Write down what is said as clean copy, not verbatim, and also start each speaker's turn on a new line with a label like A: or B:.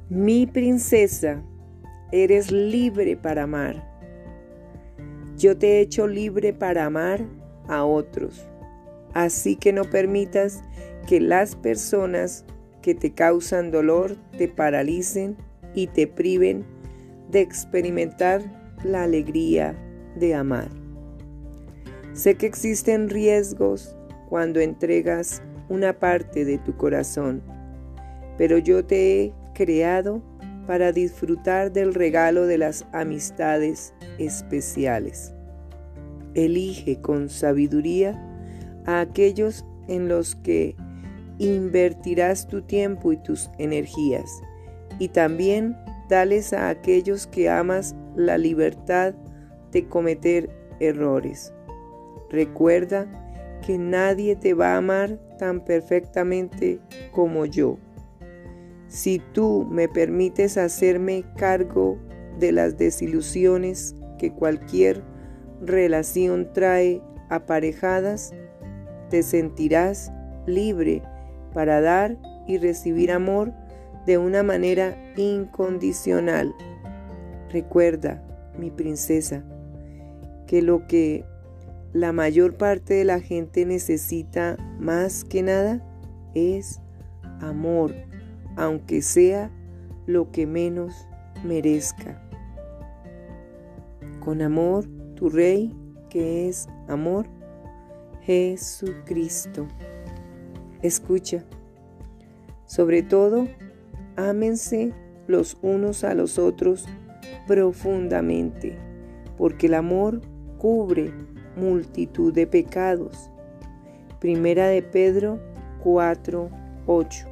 A: Mi princesa, eres libre para amar. Yo te he hecho libre para amar a otros. Así que no permitas que las personas que te causan dolor te paralicen y te priven de experimentar la alegría de amar. Sé que existen riesgos cuando entregas una parte de tu corazón, pero yo te he creado para disfrutar del regalo de las amistades especiales. Elige con sabiduría a aquellos en los que invertirás tu tiempo y tus energías, y también dales a aquellos que amas la libertad de cometer errores. Recuerda que nadie te va a amar tan perfectamente como yo. Si tú me permites hacerme cargo de las desilusiones que cualquier relación trae aparejadas, te sentirás libre para dar y recibir amor de una manera incondicional. Recuerda, mi princesa, que lo que la mayor parte de la gente necesita más que nada es amor, aunque sea lo que menos merezca. Con amor, tu Rey, que es amor, Jesucristo. Escucha, sobre todo, ámense los unos a los otros profundamente, porque el amor cubre multitud de pecados. Primera de Pedro 4:8.